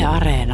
Areena.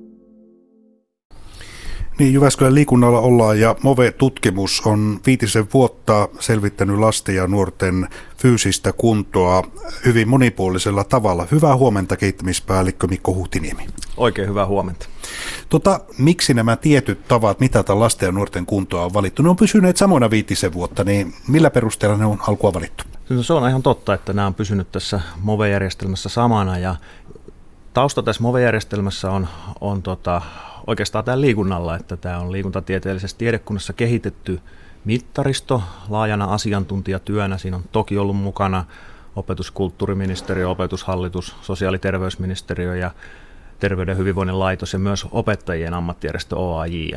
Niin, Jyväskylän liikunnalla ollaan ja MOVE-tutkimus on 5 vuotta selvittänyt lasten ja nuorten fyysistä kuntoa hyvin monipuolisella tavalla. Hyvää huomenta, kehittämispäällikkö Mikko Huhtiniemi. Oikein hyvää huomenta. Miksi nämä tietyt tavat mitata lasten ja nuorten kuntoa on valittu? Ne on pysyneet samoina 5 vuotta, niin millä perusteella ne on alkua valittu? No, se on ihan totta, että nämä on pysynyt tässä MOVE-järjestelmässä samana ja tausta tässä MOVE-järjestelmässä on oikeastaan tämä liikunnalla, että tämä on liikuntatieteellisessä tiedekunnassa kehitetty mittaristo laajana asiantuntijatyönä. Siinä on toki ollut mukana opetuskulttuuriministeriö, opetushallitus, sosiaali- ja terveysministeriö ja Terveyden ja hyvinvoinnin laitos ja myös opettajien ammattijärjestö OAJ.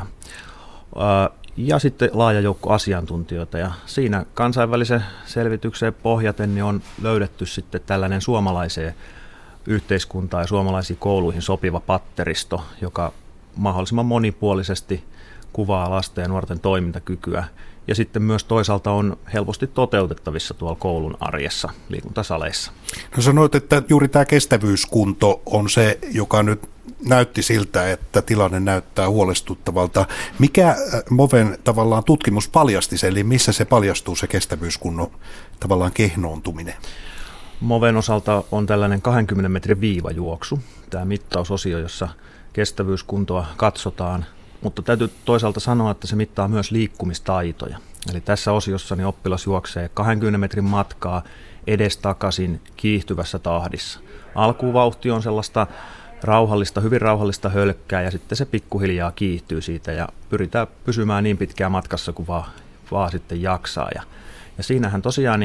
Ja sitten laaja joukko asiantuntijoita ja siinä kansainvälisen selvitykseen pohjaten niin on löydetty sitten tällainen suomalaiseen yhteiskuntaan ja suomalaisiin kouluihin sopiva patteristo, joka mahdollisimman monipuolisesti kuvaa lasten ja nuorten toimintakykyä ja sitten myös toisaalta on helposti toteutettavissa tuolla koulun arjessa liikuntasaleissa. No sanoit, että juuri tämä kestävyyskunto on se, joka nyt näytti siltä, että tilanne näyttää huolestuttavalta. Mikä MOVEn tavallaan tutkimus paljasti sen, eli missä se paljastuu se kestävyyskunnon tavallaan kehnoontuminen? MOVEn osalta on tällainen 20 metrin viivajuoksu, tämä mittausosio, jossa kestävyyskuntoa katsotaan, mutta täytyy toisaalta sanoa, että se mittaa myös liikkumistaitoja. Eli tässä osiossa niin oppilas juoksee 20 metrin matkaa edestakaisin kiihtyvässä tahdissa. Alkuvauhti on sellaista hyvin rauhallista hölkkää ja sitten se pikkuhiljaa kiihtyy siitä ja pyritään pysymään niin pitkään matkassa kuin vaan sitten jaksaa. Ja siinähän tosiaan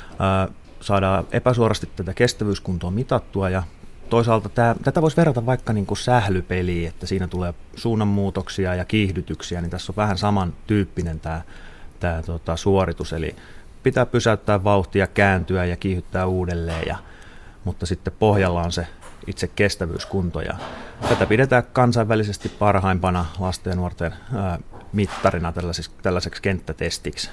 saadaan epäsuorasti tätä kestävyyskuntoa mitattua ja toisaalta tätä voisi verrata vaikka niin kuin sählypeliin, että siinä tulee suunnanmuutoksia ja kiihdytyksiä, niin tässä on vähän samantyyppinen tämä suoritus, eli pitää pysäyttää vauhtia, kääntyä ja kiihdyttää uudelleen, mutta sitten pohjalla on se itse kestävyyskunto ja tätä pidetään kansainvälisesti parhaimpana lasten ja nuorten mittarina tällaiseksi kenttätestiksi.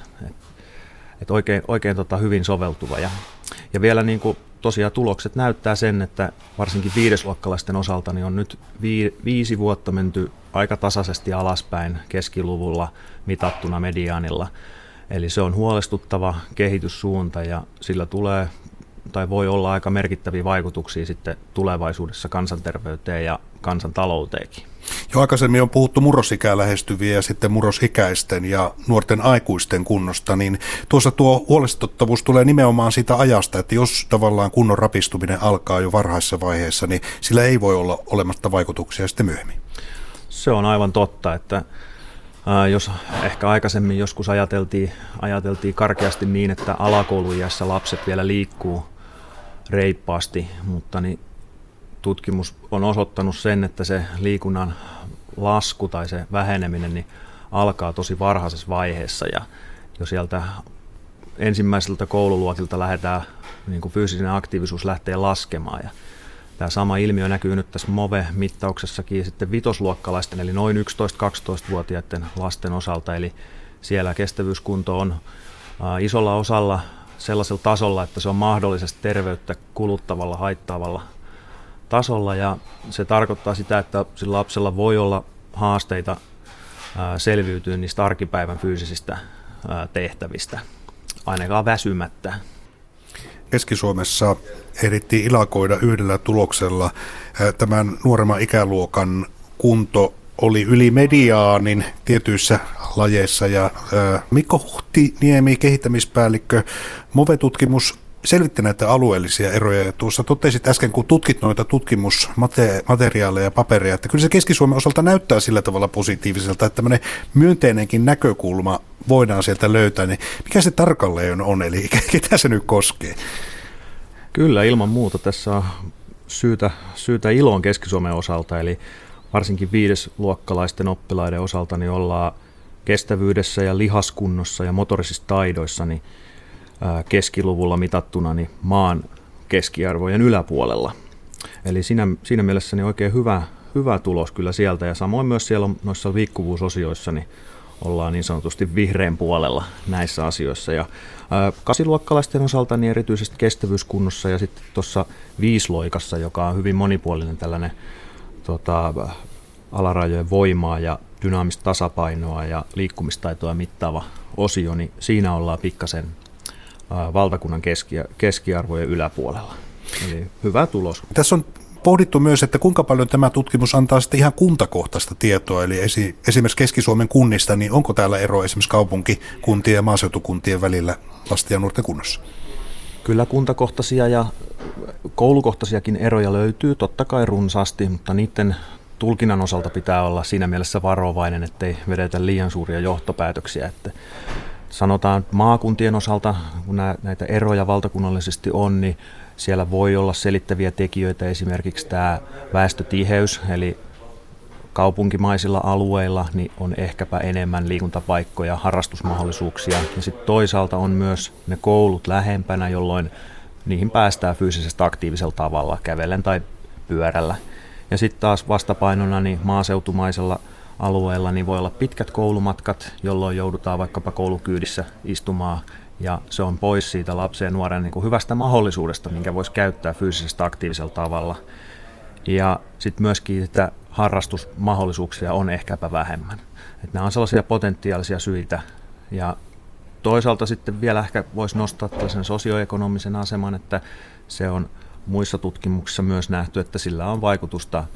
Et oikein hyvin soveltuva ja vielä niin kuin tosiaan tulokset näyttää sen, että varsinkin 5-luokkalaisten osalta niin on nyt 5 vuotta menty aika tasaisesti alaspäin keskiluvulla mitattuna mediaanilla. Eli se on huolestuttava kehityssuunta ja sillä tulee tai voi olla aika merkittäviä vaikutuksia sitten tulevaisuudessa kansanterveyteen ja kansantalouteenkin. Jo aikaisemmin on puhuttu murrosikää lähestyviä ja sitten murrosikäisten ja nuorten aikuisten kunnosta, niin tuossa tuo huolestuttavuus tulee nimenomaan siitä ajasta, että jos tavallaan kunnon rapistuminen alkaa jo varhaisessa vaiheessa, niin sillä ei voi olla olematta vaikutuksia sitten myöhemmin. Se on aivan totta, että jos ehkä aikaisemmin joskus ajateltiin karkeasti niin, että alakouluiässä lapset vielä liikkuu reippaasti, mutta niin tutkimus on osoittanut sen, että se liikunnan lasku tai se väheneminen niin alkaa tosi varhaisessa vaiheessa ja jo sieltä ensimmäiseltä koululuokilta lähdetään, niin kuin fyysinen aktiivisuus lähtee laskemaan ja tämä sama ilmiö näkyy nyt tässä MOVE-mittauksessakin ja sitten 5-luokkalaisten eli noin 11-12-vuotiaiden lasten osalta, eli siellä kestävyyskunto on isolla osalla sellaisella tasolla, että se on mahdollisesti terveyttä kuluttavalla, haittaavalla tasolla ja se tarkoittaa sitä, että sillä lapsella voi olla haasteita selviytyä niistä arkipäivän fyysisistä tehtävistä, ainakaan väsymättä. Keski-Suomessa ehdittiin ilakoida yhdellä tuloksella. Tämän nuoremman ikäluokan kunto oli yli mediaanin tietyissä lajeissa ja Mikko Huhtiniemi, kehittämispäällikkö, MOVE-tutkimus selvitti näitä alueellisia eroja ja tuossa totesit äsken, kun tutkit noita tutkimusmateriaaleja ja papereja, että kyllä se Keski-Suomen osalta näyttää sillä tavalla positiiviselta, että tämmöinen myönteinenkin näkökulma voidaan sieltä löytää, niin mikä se tarkalleen on, eli ketä se nyt koskee? Kyllä, ilman muuta tässä on syytä iloon Keski-Suomen osalta, eli varsinkin 5-luokkalaisten oppilaiden osalta niin ollaan kestävyydessä ja lihaskunnossa ja motorisissa taidoissa niin keskiluvulla mitattuna niin maan keskiarvojen yläpuolella. Eli siinä mielessä niin oikein hyvä tulos kyllä sieltä ja samoin myös siellä noissa liikkuvuusosioissa niin ollaan niin sanotusti vihreän puolella näissä asioissa. Ja 8-luokkalaisten osalta niin erityisesti kestävyyskunnossa ja sitten tuossa 5-loikassa, joka on hyvin monipuolinen tällainen alarajojen voimaa ja dynaamista tasapainoa ja liikkumistaitoa mittaava osio, niin siinä ollaan pikkasen valtakunnan keskiarvojen yläpuolella. Eli hyvä tulos. Tässä on pohdittu myös, että kuinka paljon tämä tutkimus antaa sitten ihan kuntakohtaista tietoa, eli esimerkiksi Keski-Suomen kunnista, niin onko täällä ero esimerkiksi kaupunkikuntien ja maaseutukuntien välillä lasten ja nuorten kunnossa? Kyllä kuntakohtaisia ja koulukohtaisiakin eroja löytyy, totta kai runsaasti, mutta niiden tulkinnan osalta pitää olla siinä mielessä varovainen, ettei vedetä liian suuria johtopäätöksiä. Että sanotaan maakuntien osalta, kun näitä eroja valtakunnallisesti on, niin siellä voi olla selittäviä tekijöitä, esimerkiksi tämä väestötiheys, eli kaupunkimaisilla alueilla niin on ehkäpä enemmän liikuntapaikkoja, harrastusmahdollisuuksia, ja sitten toisaalta on myös ne koulut lähempänä, jolloin niihin päästään fyysisesti aktiivisella tavalla, kävellen tai pyörällä. Ja sitten taas vastapainona niin maaseutumaisella alueella niin voi olla pitkät koulumatkat, jolloin joudutaan vaikkapa koulukyydissä istumaan, ja se on pois siitä lapsen ja nuoren niin kuin hyvästä mahdollisuudesta, minkä voisi käyttää fyysisesti aktiivisella tavalla. Ja sitten myöskin sitä harrastusmahdollisuuksia on ehkäpä vähemmän. Että nämä on sellaisia potentiaalisia syitä. Ja toisaalta sitten vielä ehkä voisi nostaa tällaisen sosioekonomisen aseman, että se on muissa tutkimuksissa myös nähty, että sillä on vaikutusta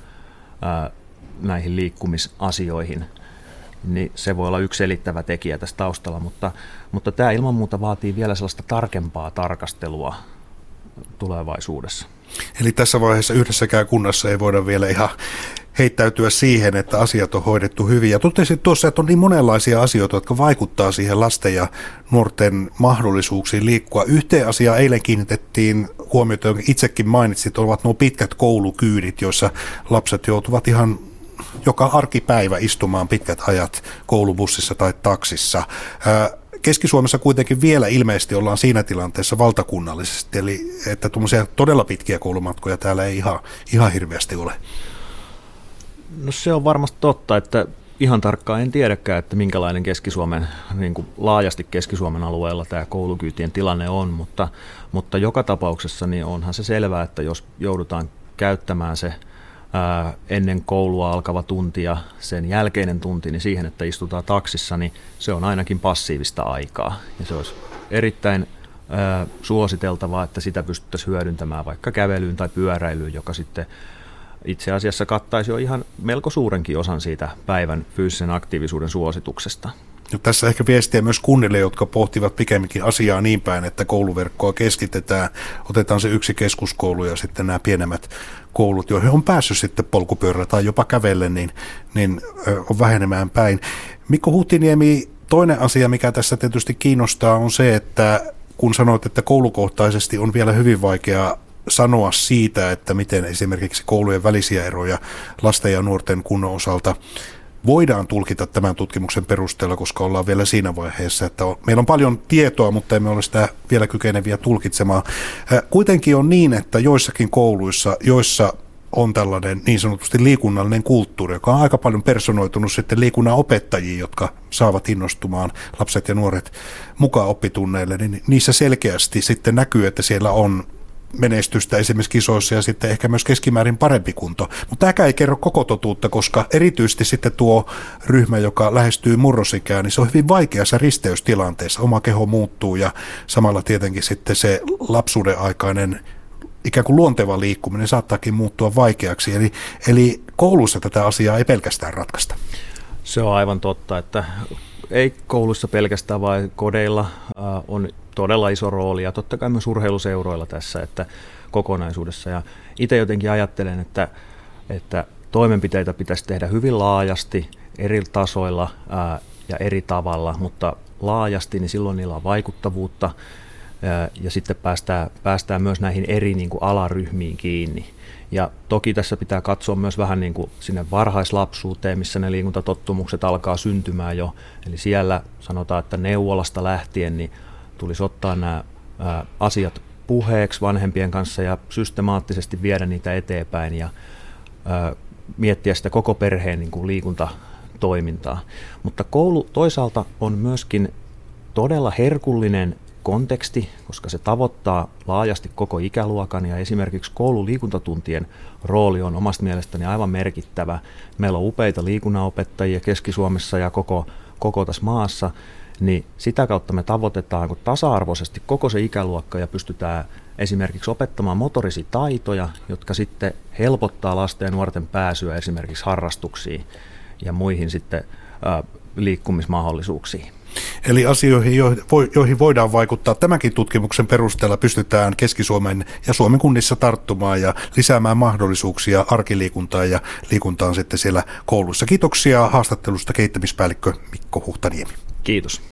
näihin liikkumisasioihin. Niin se voi olla yksi selittävä tekijä tässä taustalla, mutta tämä ilman muuta vaatii vielä sellaista tarkempaa tarkastelua tulevaisuudessa. Eli tässä vaiheessa yhdessäkään kunnassa ei voida vielä ihan heittäytyä siihen, että asiat on hoidettu hyvin. Ja totesit tuossa, että on niin monenlaisia asioita, jotka vaikuttaa siihen lasten ja nuorten mahdollisuuksiin liikkua. Yhteen asiaan eilen kiinnitettiin huomiota, jonka itsekin mainitsit, ovat nuo pitkät koulukyydit, joissa lapset joutuvat ihan joka arkipäivä istumaan pitkät ajat koulubussissa tai taksissa. Keski-Suomessa kuitenkin vielä ilmeisesti ollaan siinä tilanteessa valtakunnallisesti, eli että tuommoisia todella pitkiä koulumatkoja täällä ei ihan hirveästi ole. No se on varmasti totta, että ihan tarkkaan en tiedäkään, että minkälainen Keski-Suomen, niin kuin laajasti Keski-Suomen alueella tämä koulukyytien tilanne on, mutta joka tapauksessa niin onhan se selvää, että jos joudutaan käyttämään se ennen koulua alkava tunti ja sen jälkeinen tunti niin siihen, että istutaan taksissa, niin se on ainakin passiivista aikaa. Ja se olisi erittäin suositeltavaa, että sitä pystyttäisiin hyödyntämään vaikka kävelyyn tai pyöräilyyn, joka sitten itse asiassa kattaisi jo ihan melko suurenkin osan siitä päivän fyysisen aktiivisuuden suosituksesta. Ja tässä ehkä viestiä myös kunnille, jotka pohtivat pikemminkin asiaa niin päin, että kouluverkkoa keskitetään, otetaan se yksi keskuskoulu ja sitten nämä pienemmät koulut, joihin on päässyt sitten polkupyörällä tai jopa kävellen, niin on vähenemään päin. Mikko Huhtiniemi, toinen asia, mikä tässä tietysti kiinnostaa, on se, että kun sanoit, että koulukohtaisesti on vielä hyvin vaikea sanoa siitä, että miten esimerkiksi koulujen välisiä eroja lasten ja nuorten kunnon osalta voidaan tulkita tämän tutkimuksen perusteella, koska ollaan vielä siinä vaiheessa, että meillä on paljon tietoa, mutta emme ole sitä vielä kykeneviä tulkitsemaan. Kuitenkin on niin, että joissakin kouluissa, joissa on tällainen niin sanotusti liikunnallinen kulttuuri, joka on aika paljon personoitunut sitten liikunnan opettajiin, jotka saavat innostumaan lapset ja nuoret mukaan oppitunneille, niin niissä selkeästi sitten näkyy, että siellä on menestystä esimerkiksi kisoissa ja sitten ehkä myös keskimäärin parempi kunto. Mutta tämäkään ei kerro koko totuutta, koska erityisesti sitten tuo ryhmä, joka lähestyy murrosikään, niin se on hyvin vaikeassa risteystilanteessa. Oma keho muuttuu ja samalla tietenkin sitten se lapsuuden aikainen ikään kuin luonteva liikkuminen saattaakin muuttua vaikeaksi. Eli koulussa tätä asiaa ei pelkästään ratkaista. Se on aivan totta, että ei koulussa pelkästään, vaan kodeilla on todella iso rooli ja totta kai myös urheiluseuroilla tässä että kokonaisuudessa. Ja itse jotenkin ajattelen, että toimenpiteitä pitäisi tehdä hyvin laajasti, eri tasoilla ja eri tavalla, mutta laajasti, niin silloin niillä on vaikuttavuutta ja sitten päästään myös näihin eri niin kuin alaryhmiin kiinni. Ja toki tässä pitää katsoa myös vähän niin kuin sinne varhaislapsuuteen, missä ne liikuntatottumukset alkaa syntymään jo. Eli siellä sanotaan, että neuvolasta lähtien niin tulisi ottaa nämä asiat puheeksi vanhempien kanssa ja systemaattisesti viedä niitä eteenpäin ja miettiä sitä koko perheen niin kuin liikuntatoimintaa. Mutta koulu toisaalta on myöskin todella herkullinen konteksti, koska se tavoittaa laajasti koko ikäluokan ja esimerkiksi koululiikuntatuntien rooli on omasta mielestäni aivan merkittävä. Meillä on upeita liikunnanopettajia Keski-Suomessa ja koko tässä maassa, niin sitä kautta me tavoitetaan tasa-arvoisesti koko se ikäluokka ja pystytään esimerkiksi opettamaan motorisia taitoja, jotka sitten helpottaa lasten ja nuorten pääsyä esimerkiksi harrastuksiin ja muihin sitten liikkumismahdollisuuksiin. Eli asioihin, joihin voidaan vaikuttaa tämänkin tutkimuksen perusteella, pystytään Keski-Suomen ja Suomen kunnissa tarttumaan ja lisäämään mahdollisuuksia arkiliikuntaan ja liikuntaan sitten siellä kouluissa. Kiitoksia haastattelusta kehittämispäällikkö Mikko Huhtaniemi. Kiitos.